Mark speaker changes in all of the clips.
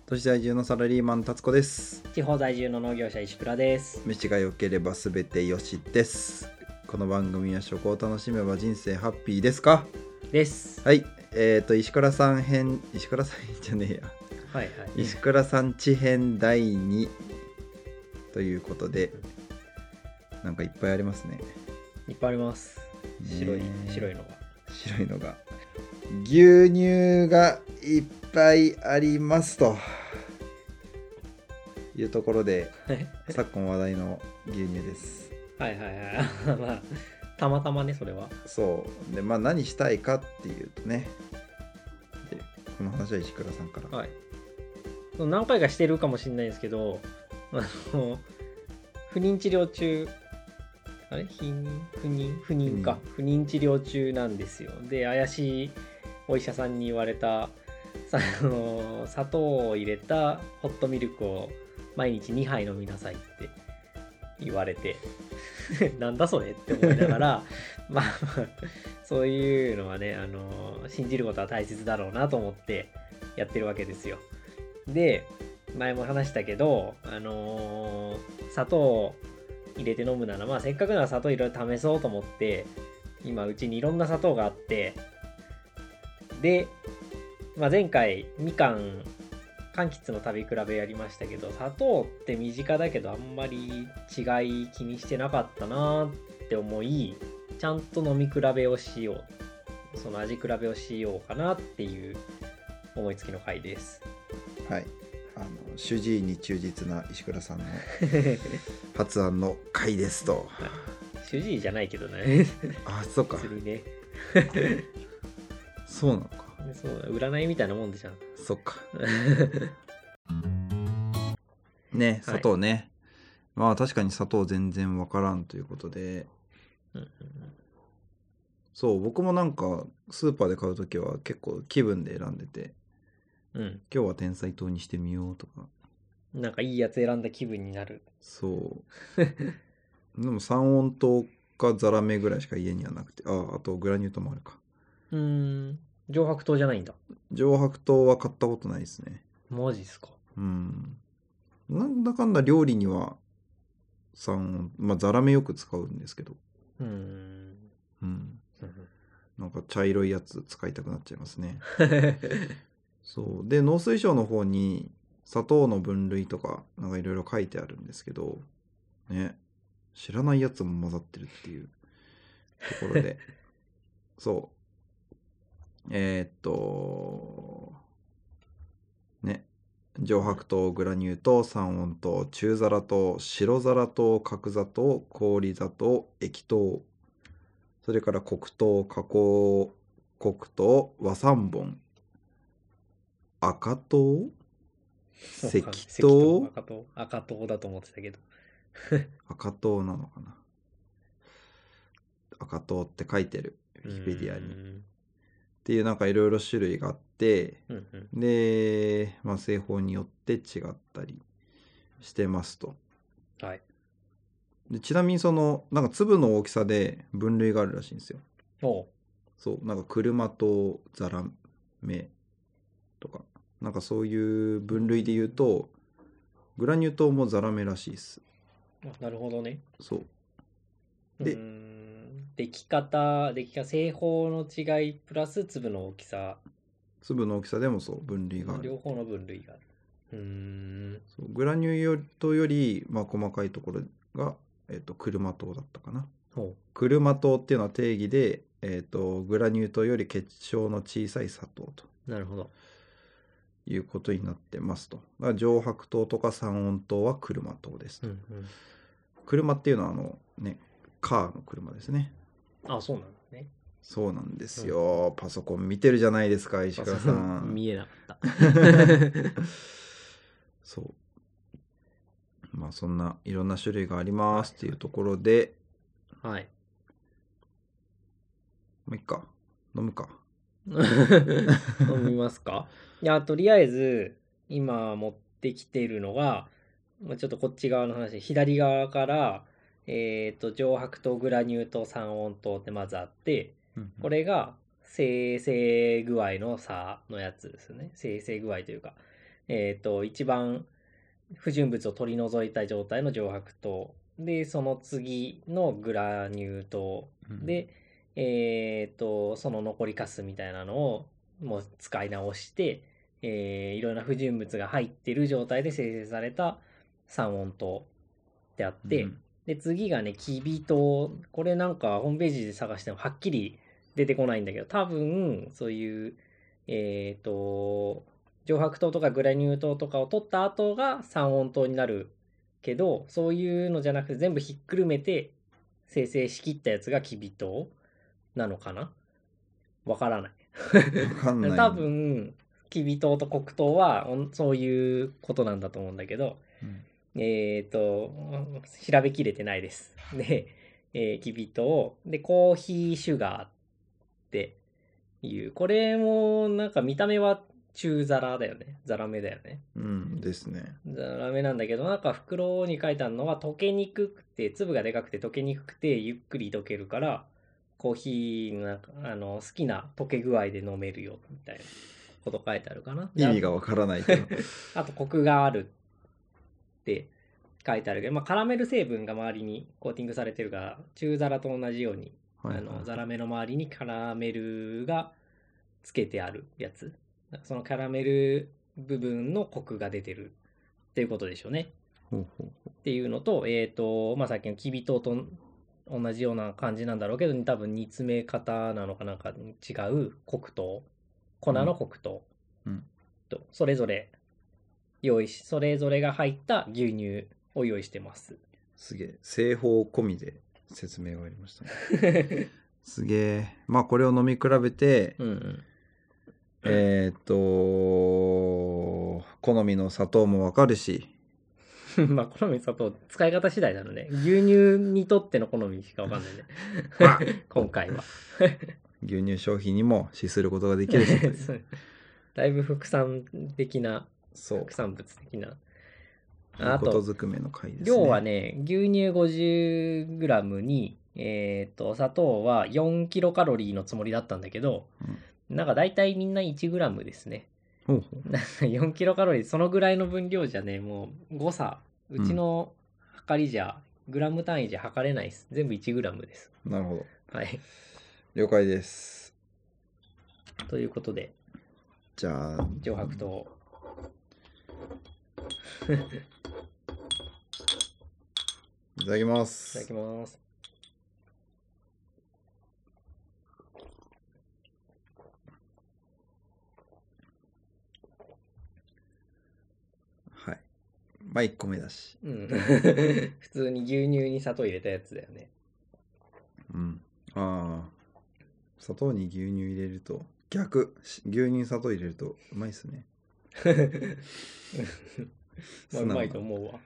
Speaker 1: 都市在住のサラリーマン達子です。
Speaker 2: 地方在住の農業者石倉です。
Speaker 1: 飯が良ければ全てよしです。この番組は食を楽しめば人生ハッピーですか
Speaker 2: です。
Speaker 1: はい。石倉さん編じゃねえや、
Speaker 2: はいはい、
Speaker 1: 石倉さん地編第2ということで、なんかいっぱいありますね。
Speaker 2: いっぱいあります。白いのが
Speaker 1: 牛乳がいっぱいありますというところで昨今話題の牛乳です。
Speaker 2: はいはいはいまあたまたまね、それは
Speaker 1: そうで、まあ何したいかっていうとね、でこの話は石倉さんから。
Speaker 2: はい、何回かしてるかもしれないんですけど、不妊治療中、不妊治療中なんですよ。で、怪しいお医者さんに言われた砂糖を入れたホットミルクを毎日2杯飲みなさいって言われてなんだそれって思いながらまあそういうのはね、信じることは大切だろうなと思ってやってるわけですよ。で、前も話したけど、砂糖を入れて飲むなら、まあせっかくなら砂糖いろいろ試そうと思って、今うちにいろんな砂糖があって、で、まあ、前回みかん柑橘の食べ比べやりましたけど、砂糖って身近だけどあんまり違い気にしてなかったなって思い、ちゃんと飲み比べをしよう、その味比べをしようかなっていう思いつきの回です。
Speaker 1: はい、主治医に忠実な石倉さんの発案の回ですと
Speaker 2: 主治医じゃないけどね
Speaker 1: あ、そっか、
Speaker 2: 別にね
Speaker 1: そうなのか、
Speaker 2: そう占いみたいなもんでしょ。
Speaker 1: そっかね、砂糖ね、はい、まあ確かに砂糖全然わからんということで、そう僕もなんかスーパーで買うときは結構気分で選んでて、今日は天才糖にしてみようとか、
Speaker 2: なんかいいやつ選んだ気分になる。
Speaker 1: そうでも三温糖かザラメぐらいしか家にはなくて、あとグラニュー糖もあるか。
Speaker 2: 上白糖じゃないんだ。
Speaker 1: 上白糖は買ったことないですね。
Speaker 2: マジっすか。
Speaker 1: なんだかんだ料理にはザラメよく使うんですけど、なんか茶色いやつ使いたくなっちゃいますねそうで、農水省の方に砂糖の分類とかなんかいろいろ書いてあるんですけどね、知らないやつも混ざってるっていうところでそうね、上白糖、グラニュー糖、三温糖、中皿糖、白皿糖、角砂糖、氷砂糖、液糖、それから黒糖、加工黒糖、和三盆、赤糖、赤糖、
Speaker 2: 赤糖だと思ってたけど
Speaker 1: 赤糖なのかな、赤糖って書いてるウィキペディアにっていう、なんかいろいろ種類があって、で、まあ、製法によって違ったりしてますと。
Speaker 2: はい。
Speaker 1: でちなみになんか粒の大きさで分類があるらしいんですよ。そうなんか車とザラメとかなんかそういう分類で言うとグラニュー糖もザラメらしいです。
Speaker 2: なるほどね。
Speaker 1: そうで
Speaker 2: 出来方製法の違いプラス粒の大きさ
Speaker 1: でもそう分類がある、
Speaker 2: 両方の分類がある。
Speaker 1: そうグラニュー糖より、まあ、細かいところが、車糖だったかな。車糖っていうのは定義で、グラニュー糖より結晶の小さい砂糖と。
Speaker 2: なるほど。
Speaker 1: いうことになってますと。だから上白糖とか三温糖は車糖ですと。車っていうのはね、カーの車ですね。
Speaker 2: あ、そうなんだね。
Speaker 1: そうなんですよ。パソコン見てるじゃないですか、石倉さん。
Speaker 2: 見えなかった
Speaker 1: そう。まあそんないろんな種類がありますっていうところで、
Speaker 2: はい。
Speaker 1: もういっか、飲むか。
Speaker 2: 飲みますか？いや、とりあえず今持ってきてるのが、ちょっとこっち側の話、左側から上白糖、グラニュー糖、三温糖ってまずあって、これが生成具合の差のやつですね。生成具合というか、 一番不純物を取り除いた状態の上白糖で、その次のグラニュー糖で、その残りカスみたいなのをもう使い直して、いろんな不純物が入ってる状態で生成された三温糖であって、で、次がね、きび糖。これなんかホームページで探してもはっきり出てこないんだけど、多分、そういう、上白糖とかグラニュー糖とかを取った後が三温糖になるけど、そういうのじゃなくて全部ひっくるめて生成しきったやつがきび糖なのかな、わからない。
Speaker 1: わかんない。
Speaker 2: 多分、きび糖と黒糖はそういうことなんだと思うんだけど、調べきれてないです。で、きび糖、で、コーヒーシュガーっていう、これもなんか見た目は中皿だよね。ザラメだよね。
Speaker 1: うんですね。
Speaker 2: ザラメなんだけど、なんか袋に書いてあるのは溶けにくくて、粒がでかくて溶けにくくて、ゆっくり溶けるから、コーヒーのなんか好きな溶け具合で飲めるよ、みたいなこと書いてあるかな。
Speaker 1: 意味がわからないけど。
Speaker 2: あとコクがあるって書いてあるけど、まあ、カラメル成分が周りにコーティングされてるから、中皿と同じように、ザラメの周りにカラメルがつけてあるやつ。そのカラメル部分のコクが出てるっていうことでしょうね。っていうのと、まあ、さっきのきび糖と同じような感じなんだろうけど、多分煮詰め方なのかなんか違う黒糖、粉の黒糖と、それぞれそれぞれが入った牛乳を用意してます。
Speaker 1: すげえ。製法込みで説明がありましたね。すげえ。まあこれを飲み比べて、好みの砂糖もわかるし。
Speaker 2: まあ好みの砂糖使い方次第なのね。牛乳にとっての好みしかわかんないね。今回は。
Speaker 1: 牛乳消費にも資することができるし。
Speaker 2: だいぶ副産的な、
Speaker 1: 副
Speaker 2: 産物的な。
Speaker 1: あと、ずくめの回ですね。
Speaker 2: 量はね、牛乳 50g に、砂糖は4キロカロリーのつもりだったんだけど、なんか大体みんな 1g ですね。4キロカロリー、そのぐらいの分量じゃね、もう誤差。うちの測りじゃ、グラム単位じゃ測れないです。全部 1g です。
Speaker 1: なるほど。
Speaker 2: はい。
Speaker 1: 了解です。
Speaker 2: ということで。
Speaker 1: じゃあ。
Speaker 2: 上白糖。
Speaker 1: いただきます。
Speaker 2: いただきます。
Speaker 1: はい。まあ1個目だし。
Speaker 2: 普通に牛乳に砂糖入れたやつだよね。
Speaker 1: ああ。砂糖に牛乳入れると、逆。牛乳に砂糖入れるとうまいっすね。
Speaker 2: まあうまいと思うわ。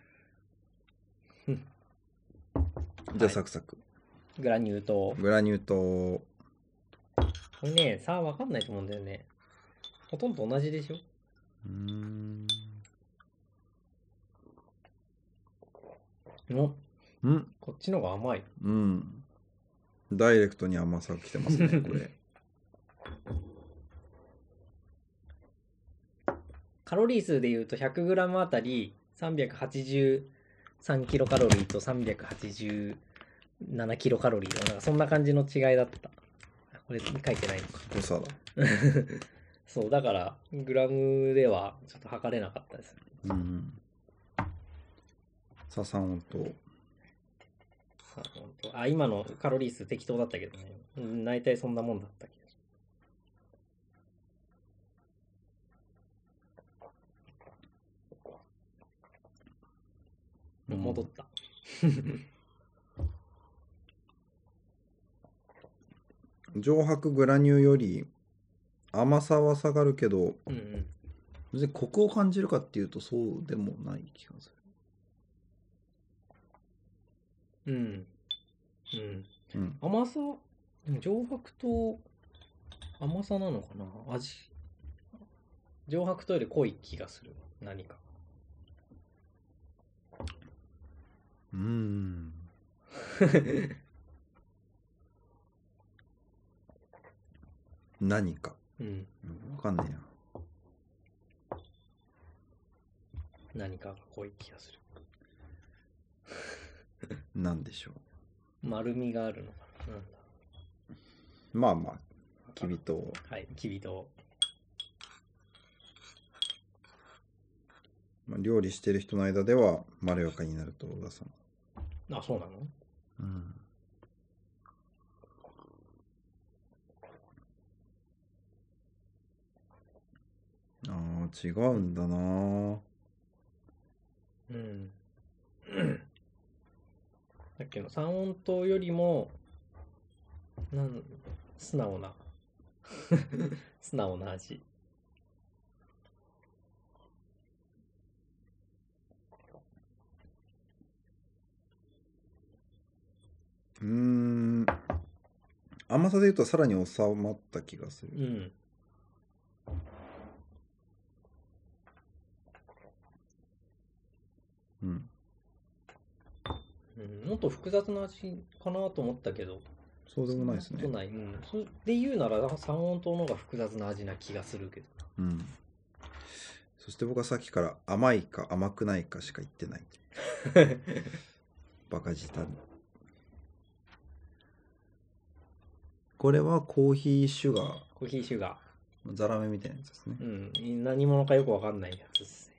Speaker 1: じゃあサクサク。
Speaker 2: グラニュー糖。
Speaker 1: グラニュー糖。
Speaker 2: これね、さあ分かんないと思うんだよね。ほとんど同じでしょ。こっちの方が甘い。
Speaker 1: ダイレクトに甘さがきてますね、これ。
Speaker 2: カロリー数でいうと 100g あたり383キロカロリーと387キロカロリーとか、なんかそんな感じの違いだった。これ書いてないのか。
Speaker 1: 誤差だ。
Speaker 2: そう、だからグラムではちょっと測れなかったです。
Speaker 1: さあ3温糖。
Speaker 2: 今のカロリー数適当だったけどね。大体そんなもんだったけど。戻った。
Speaker 1: 上白グラニューより甘さは下がるけど、別にコクを感じるかっていうとそうでもない気がする。
Speaker 2: 甘さ、でも上白と甘さなのかな、味。上白糖より濃い気がする。何か。
Speaker 1: 何か。わかんねえな。
Speaker 2: 何かが濃い気がする。
Speaker 1: なんでしょ
Speaker 2: 丸みがあるのかな。なんだ。
Speaker 1: う。まあまあ、きび糖。
Speaker 2: はい、きび糖。
Speaker 1: まあ、料理してる人の間ではまろやかになると噂の。
Speaker 2: あ、そうなの？
Speaker 1: うん。ああ、違うんだな。
Speaker 2: うん。さっきの三温糖よりも、素直な素直な味。
Speaker 1: 甘さで言うとさらに収まった気がする。
Speaker 2: うん。
Speaker 1: うん。
Speaker 2: もっと複雑な味かなと思ったけど、
Speaker 1: そうでもないですね。
Speaker 2: そんなことない。うん。それで言うなら三温糖の方が複雑な味な気がするけど
Speaker 1: うん。そして僕はさっきから甘いか甘くないかしか言ってない。バカ舌。これはコーヒーシュガー。
Speaker 2: コーヒーシュガ
Speaker 1: ザラメみたいなやつですね。
Speaker 2: ー。うん。何者かよくわかんないやつですね。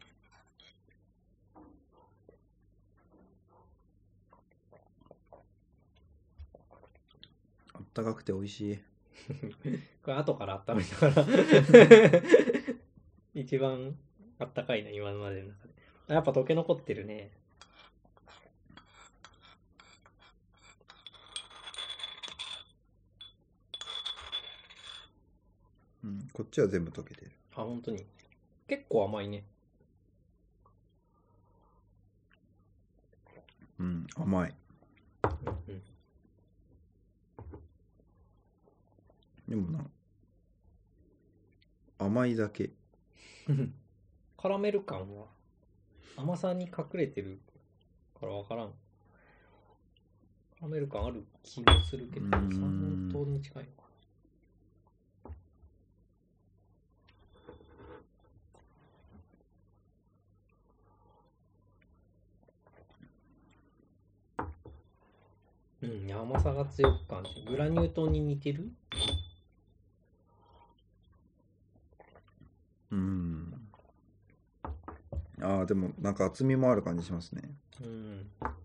Speaker 1: あったかくて美味しい。
Speaker 2: これ後から温めたから一番あったかいな、今までの中で。やっぱ溶け残ってるね。
Speaker 1: うん、こっちは全部溶けてる。
Speaker 2: あ、本当に。結構甘いね。
Speaker 1: うん、甘い。
Speaker 2: うん。
Speaker 1: でもな、甘いだけ。
Speaker 2: カラメル感は甘さに隠れてるからわからん。カラメル感ある気もするけど、三温糖に近いのかな。うん、甘さが強く感じる。グラニュー糖に似てる？
Speaker 1: ああ、でもなんか厚みもある感じしますね。
Speaker 2: うん。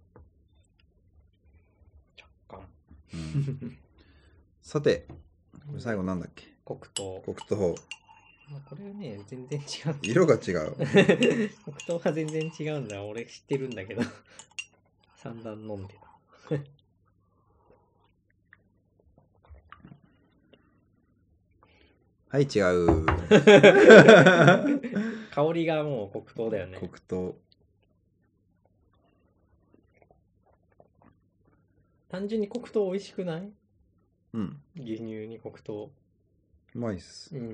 Speaker 2: 若干。
Speaker 1: さて、これ最後なんだっけ？
Speaker 2: 黒糖。
Speaker 1: 黒糖。
Speaker 2: これね、全然違う。
Speaker 1: 色が違う。
Speaker 2: 黒糖は全然違うんだ。俺知ってるんだけど。散々飲んでた。
Speaker 1: はい、違う。
Speaker 2: 香りがもう黒糖だよね。
Speaker 1: 黒糖。
Speaker 2: 単純に黒糖美味しくない？
Speaker 1: うん。
Speaker 2: 牛乳に黒糖。
Speaker 1: うまいっす。
Speaker 2: うん。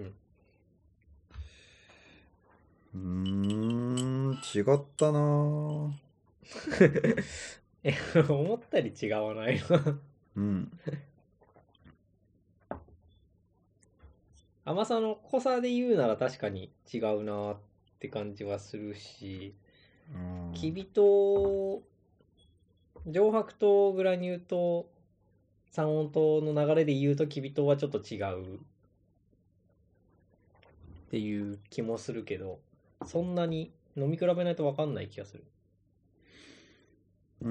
Speaker 1: 違ったなぁ。
Speaker 2: 思ったより違わないの。
Speaker 1: うん。
Speaker 2: 甘さの濃さで言うなら確かに違うなって感じはするし、きび糖、上白糖、グラニュー糖、三温糖の流れで言うときび糖はちょっと違うっていう気もするけど、そんなに飲み比べないと分かんない気がする。
Speaker 1: うん。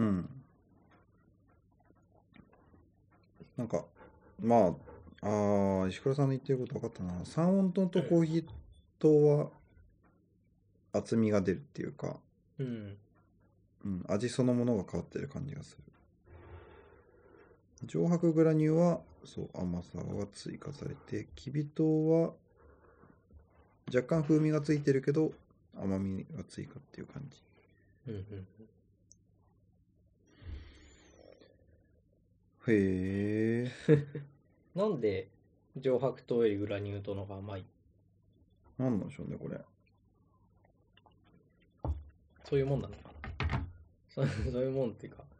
Speaker 1: なんか、まあ、石倉さんの言ってること分かったな。三温糖とコーヒー糖は厚みが出るっていうか、
Speaker 2: うん。
Speaker 1: 味そのものが変わってる感じがする。上白グラニューはそう甘さが追加されて、きび糖は若干風味がついてるけど甘みが追加っていう感じ。へえ。
Speaker 2: なんで上白糖よりグラニュー糖の方が甘い？
Speaker 1: なんなんでしょうねこれ。
Speaker 2: そういうもんなのかな。そういうもんっていうか、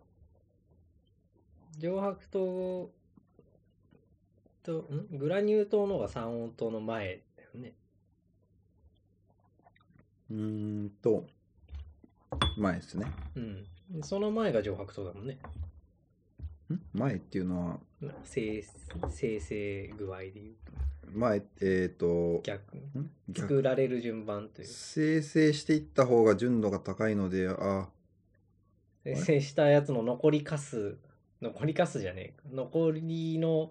Speaker 2: 上白糖とグラニュー糖の方が三温糖の前だよね。
Speaker 1: 前ですね。
Speaker 2: うん。その前が上白糖だもんね。
Speaker 1: 前っていうのは、
Speaker 2: 生成具合で言う
Speaker 1: 前、
Speaker 2: と逆作られる順番という。
Speaker 1: 生成していった方が純度が高いので、
Speaker 2: 生成したやつの残りかすじゃねえか。残りの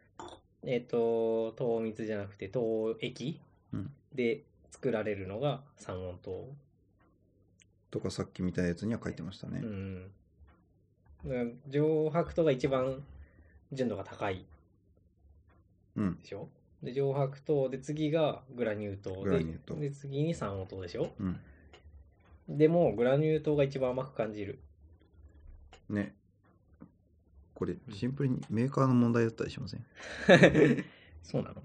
Speaker 2: 糖蜜じゃなくて糖液で作られるのが三温糖
Speaker 1: とかさっき見たやつには書いてましたね。
Speaker 2: うん。だから上白糖が一番純度が高いでしょ、で上白糖で次がグラニュー糖で次に三温糖でしょ、でもグラニュー糖が一番甘く感じる
Speaker 1: ね。これシンプルにメーカーの問題だったりしません？
Speaker 2: そうなの？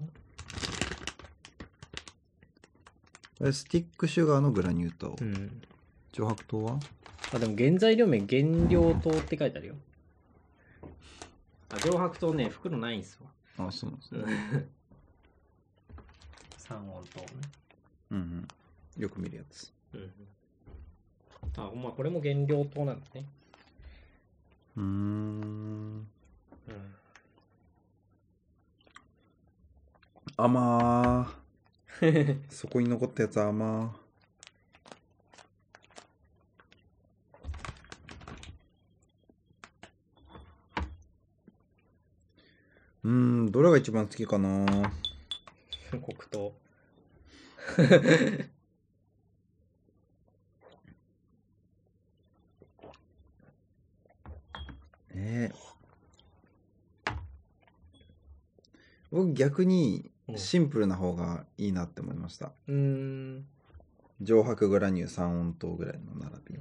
Speaker 1: スティックシュガーのグラニュー糖、上白糖は
Speaker 2: でも原材料名原料糖って書いてあるよ。上白糖ね、袋ないんすわ。
Speaker 1: そうなんですね。
Speaker 2: 三温糖
Speaker 1: ね。よく見るやつ。
Speaker 2: これも原料糖なんだね。
Speaker 1: 甘ー。そこに残ったやつ甘ー。どれが一番好きかな？
Speaker 2: 黒糖。
Speaker 1: 僕逆にシンプルな方がいいなって思いました。上白グラニュー三温糖ぐらいの並び。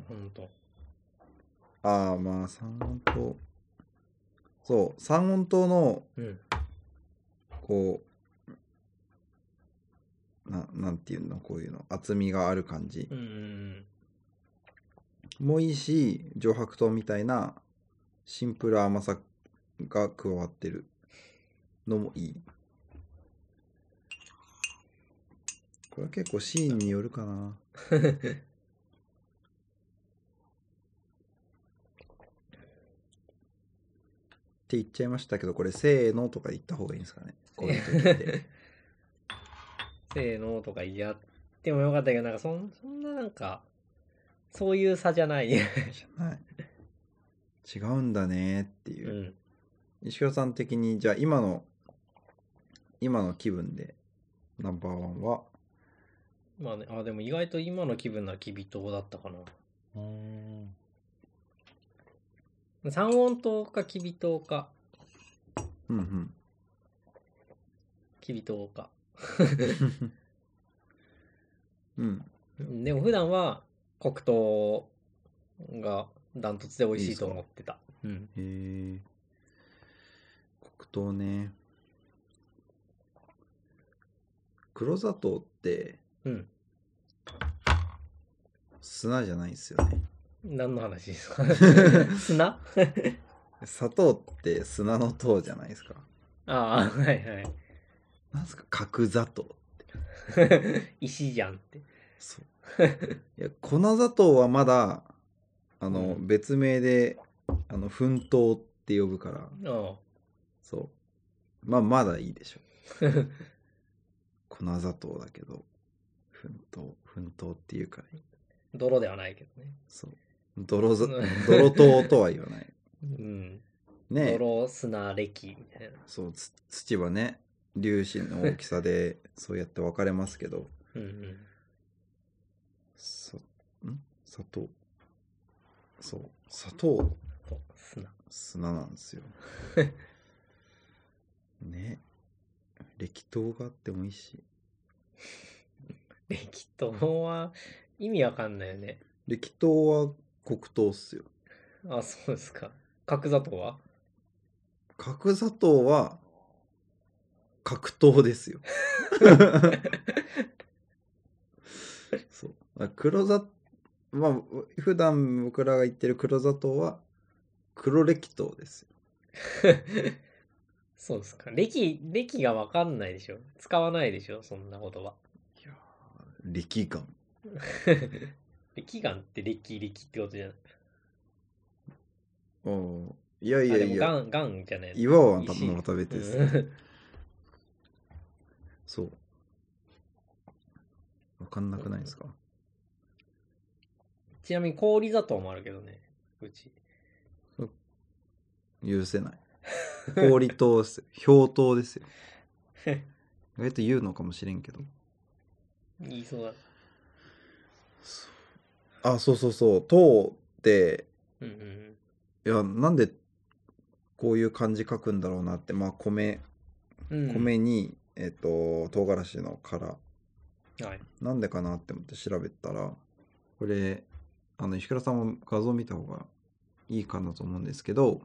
Speaker 1: 三温糖。そう、三温糖の、こう、なんていうの、こういうの、厚みがある感じ。もういいし、上白糖みたいなシンプル甘さが加わってるのもいい。これは結構シーンによるかな。って言っちゃいましたけど、これせーのとか言った方がいいんですかね。こういう時って
Speaker 2: せーのとかやってもよかったけど、なんかそんななんかそういう差じゃない。
Speaker 1: 違うんだねっていう。石黒さん的にじゃあ今の気分でナンバーワンは
Speaker 2: でも意外と今の気分ならきび糖だったかな。三温糖かきび糖か。きび糖か。でも普段は黒糖がダントツで美味しいと思ってた。
Speaker 1: 黒糖ね。黒砂糖って砂じゃないですよね。
Speaker 2: 何の話ですか？砂？
Speaker 1: 砂糖って砂の糖じゃないですか。
Speaker 2: はいはい。
Speaker 1: なんですか角砂糖って。
Speaker 2: 石じゃんって。
Speaker 1: そう。いや粉砂糖はまだ別名で粉糖って呼ぶから。そう。まだいいでしょ。粉砂糖だけど粉糖っていうからいい。
Speaker 2: 泥ではないけどね。
Speaker 1: そう。泥糖とは言わない。
Speaker 2: ね。泥砂礫みたいな。
Speaker 1: そう、土はね粒子の大きさでそうやって分かれますけど。砂糖。そう、砂糖砂なんですよ。ね。歴糖があってもいいし。
Speaker 2: 歴糖は意味わかんないよね。
Speaker 1: 歴糖は黒糖っすよ。
Speaker 2: そうですか。角砂糖は？
Speaker 1: 角砂糖は角糖ですよ。そう。黒砂普段僕らが言ってる黒砂糖は黒歴糖ですよ。
Speaker 2: そうですか。歴がわかんないでしょ。使わないでしょ、そんな言葉。
Speaker 1: いや、力眼。
Speaker 2: 歴がんって歴ってことじゃない。
Speaker 1: いやいやいや、
Speaker 2: がんじゃないの。
Speaker 1: 岩は
Speaker 2: 石
Speaker 1: また別です。そう。わかんなくないですか？
Speaker 2: ちなみに氷砂糖もあるけどね、うち。
Speaker 1: 許せない。氷糖ですよ。氷糖ですよ。意外と言うのかもしれんけど。
Speaker 2: 言いそうだ。
Speaker 1: そうそうそう。糖って、
Speaker 2: うん
Speaker 1: いや、なんでこういう漢字書くんだろうなって、米に、唐辛子の殻。
Speaker 2: はい。
Speaker 1: なんでかなって思って調べたら、これ、石倉さんも画像見た方がいいかなと思うんですけど、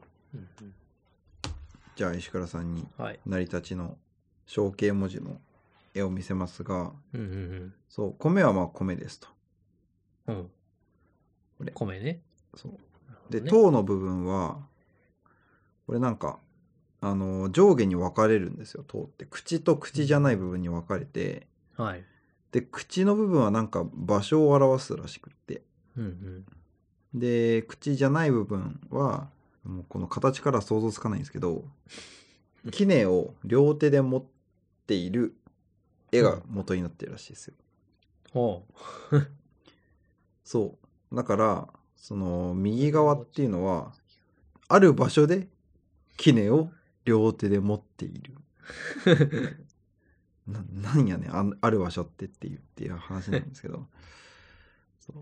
Speaker 1: じゃあ石倉さんに成り立ちの象形文字の絵を見せますが、そう、米は米ですと。
Speaker 2: これ米ね。
Speaker 1: そう。で、糖の部分は、これなんか、上下に分かれるんですよ、糖って。口と口じゃない部分に分かれて、で、口の部分はなんか場所を表すらしくって。で、口じゃない部分は、もうこの形から想像つかないんですけど、杵を両手で持っている絵が元になってるらしいですよ。そう。だから、その右側っていうのは、ある場所で杵を両手で持っている。なんやねん、ある場所ってっていう話なんですけど、そう。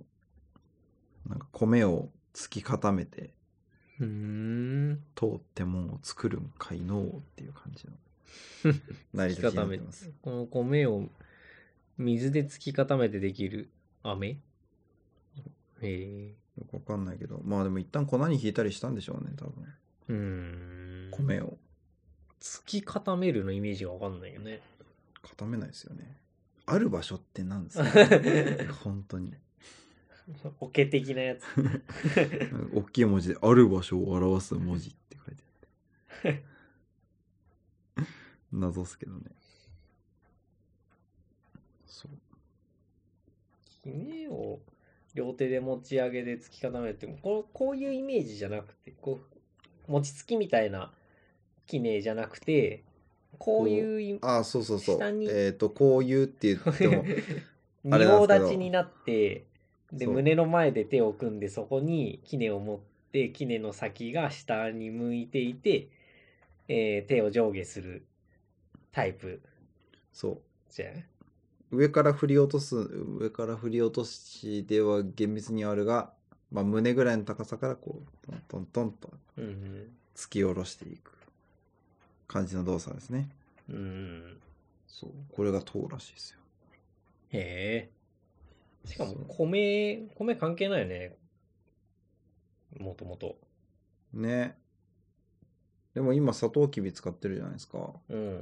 Speaker 1: なんか米を突き固めて、通ってもんを作るんかいのうっていう感じの成り立ちになってます。
Speaker 2: この米を水で突き固めてできる飴。
Speaker 1: よくわかんないけど、でも一旦粉にひいたりしたんでしょうね、多分。米を
Speaker 2: 突き固めるのイメージがわかんないよね。
Speaker 1: 固めないですよね。ある場所って何ですか？本当に。
Speaker 2: 桶的なやつ。
Speaker 1: 大きい文字である場所を表す文字って書いてあって。謎っすけどね。そう。
Speaker 2: 杵を両手で持ち上げで突き固めても、こういうイメージじゃなくて、餅つきみたいな杵じゃなくて、こういう
Speaker 1: そうそうそう。
Speaker 2: 下に
Speaker 1: こういうって言っても
Speaker 2: 仁王立ちになって、で胸の前で手を組んで、そこに杵を持って、杵の先が下に向いていて、手を上下するタイプ。
Speaker 1: そう
Speaker 2: じゃ
Speaker 1: 上から振り落としでは厳密にあるが、胸ぐらいの高さからこうトントントンと突き下ろしていく感じの動作ですね。そう、これが糖らしいですよ。
Speaker 2: へえ。しかも米関係ないよね。もともと。
Speaker 1: ね。でも今サトウキビ使ってるじゃないですか。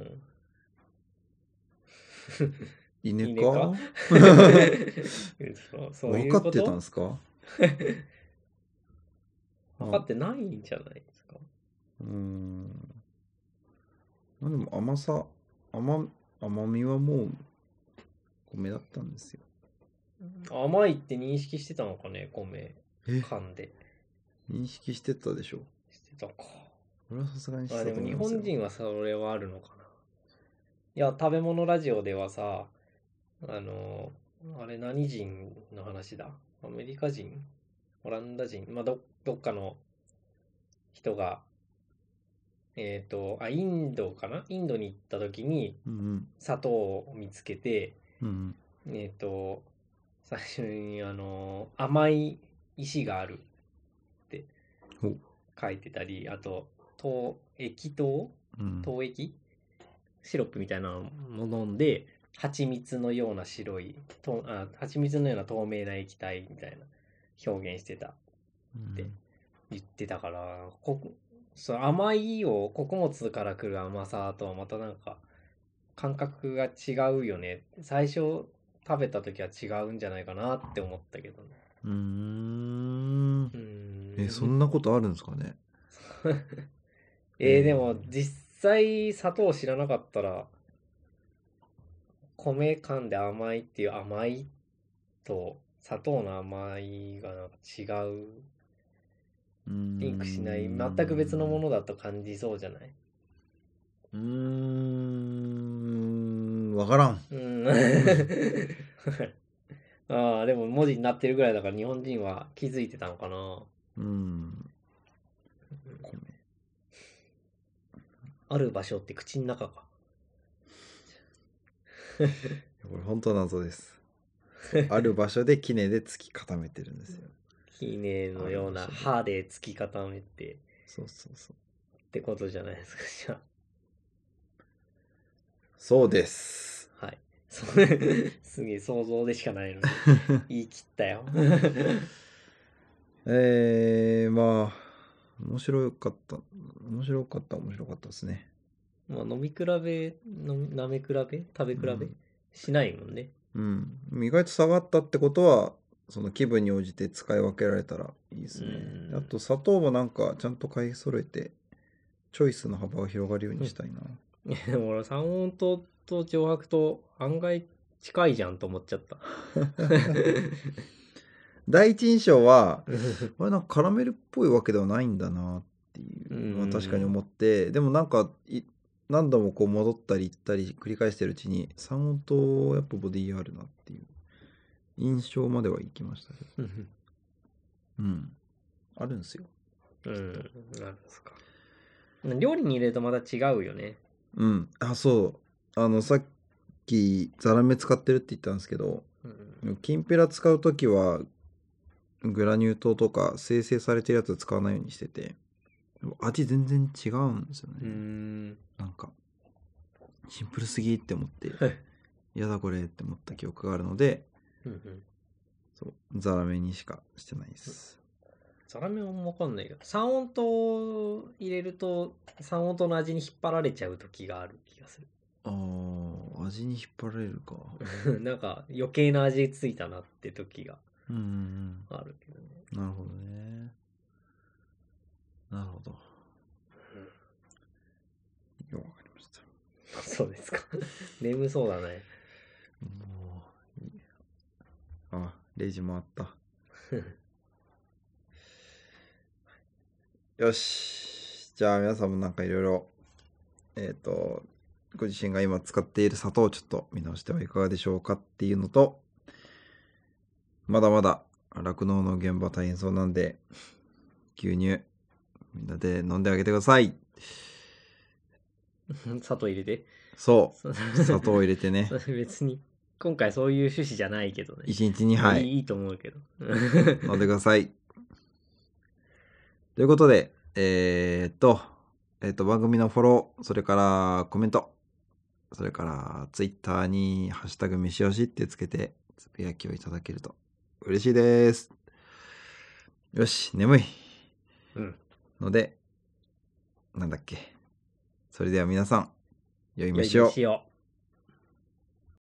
Speaker 1: 稲か
Speaker 2: そういうこと。
Speaker 1: 分かってたんですか？
Speaker 2: 分かってないんじゃないですか。
Speaker 1: でも甘みはもう米だったんですよ。
Speaker 2: 甘いって認識してたのかね、米噛んで。
Speaker 1: 認識してたでしょ。
Speaker 2: してたか。こ
Speaker 1: れはさすがにしてたと思い
Speaker 2: でも
Speaker 1: ますよ。
Speaker 2: 日本人はそれはあるのかな。いや、食べ物ラジオではさ、あれ何人の話だ？アメリカ人？オランダ人？どっかの人が、インドかな？インドに行った時に、砂糖を見つけて、最初に、甘い石があるって書いてたり、あと、糖液シロップみたいなのを飲んで、蜂蜜のような蜂蜜のような透明な液体みたいな表現してたって言ってたから、そう甘い穀物から来る甘さとはまたなんか感覚が違うよね。最初食べた時は違うんじゃないかなって思ったけどね。
Speaker 1: そんなことあるんですかね。
Speaker 2: でも実際砂糖知らなかったら米噛んで甘いっていう甘い砂糖の甘いがなんか違う。リンクしない。全く別のものだと感じそうじゃない？
Speaker 1: わからん。
Speaker 2: ああ、でも文字になってるぐらいだから日本人は気づいてたのかな。
Speaker 1: 米。
Speaker 2: ある場所って口の中か。
Speaker 1: これ本当謎です。ある場所で杵で突き固めてるんですよ。
Speaker 2: 杵のような歯で突き固めて。
Speaker 1: そうそうそう。
Speaker 2: ってことじゃないですか、じゃあ。
Speaker 1: そうです。
Speaker 2: はい。すげえ想像でしかないのに言い切ったよ。
Speaker 1: まあ面白かったですね。
Speaker 2: まあ飲み比べ、舐め比べ、食べ比べ、しないもんね。
Speaker 1: 意外と下がったってことはその気分に応じて使い分けられたらいいですね。あと砂糖もなんかちゃんと買い揃えてチョイスの幅が広がるようにしたいな。
Speaker 2: でも俺三温糖と上白糖案外近いじゃんと思っちゃった。
Speaker 1: 第一印象はあれなんかカラメルっぽいわけではないんだなっていうのは確かに思って、でもなんか何度もこう戻ったり行ったり繰り返してるうちに三温糖やっぱボディあるなっていう印象まではいきましたけどあるんですよ。
Speaker 2: なんですか。料理に入れるとまた違うよね。
Speaker 1: そうさっきザラメ使ってるって言ったんですけど、きんぴら使う時はグラニュー糖とか生成されてるやつ使わないようにしてて、味全然違うんですよね。なんかシンプルすぎって思ってやだこれって思った記憶があるので、そうザラメにしかしてないです。
Speaker 2: ザラメもわかんないけど、三温糖入れると三温糖の味に引っ張られちゃう時がある気がする。
Speaker 1: 味に引っ張られるか。
Speaker 2: なんか余計な味ついたなって時があるけどね。
Speaker 1: なるほどね。なるほど。わかりました。
Speaker 2: そうですか。眠そうだね。
Speaker 1: もう0時回った。よし。じゃあ皆さんもなんかいろいろご自身が今使っている砂糖をちょっと見直してはいかがでしょうかっていうのと、まだまだ酪農の現場大変そうなんで、牛乳みんなで飲んであげてください。
Speaker 2: 砂糖入れて。
Speaker 1: そう砂糖を入れてね。
Speaker 2: 別に今回そういう趣旨じゃないけどね。
Speaker 1: 1日2杯
Speaker 2: いいと思うけど
Speaker 1: 飲んでください。ということで番組のフォロー、それからコメント、それからツイッターにハッシュタグ飯よしってつけてつぶやきをいただけると嬉しいです。よし、眠いので、なんだっけ、それでは皆さん良い飯を。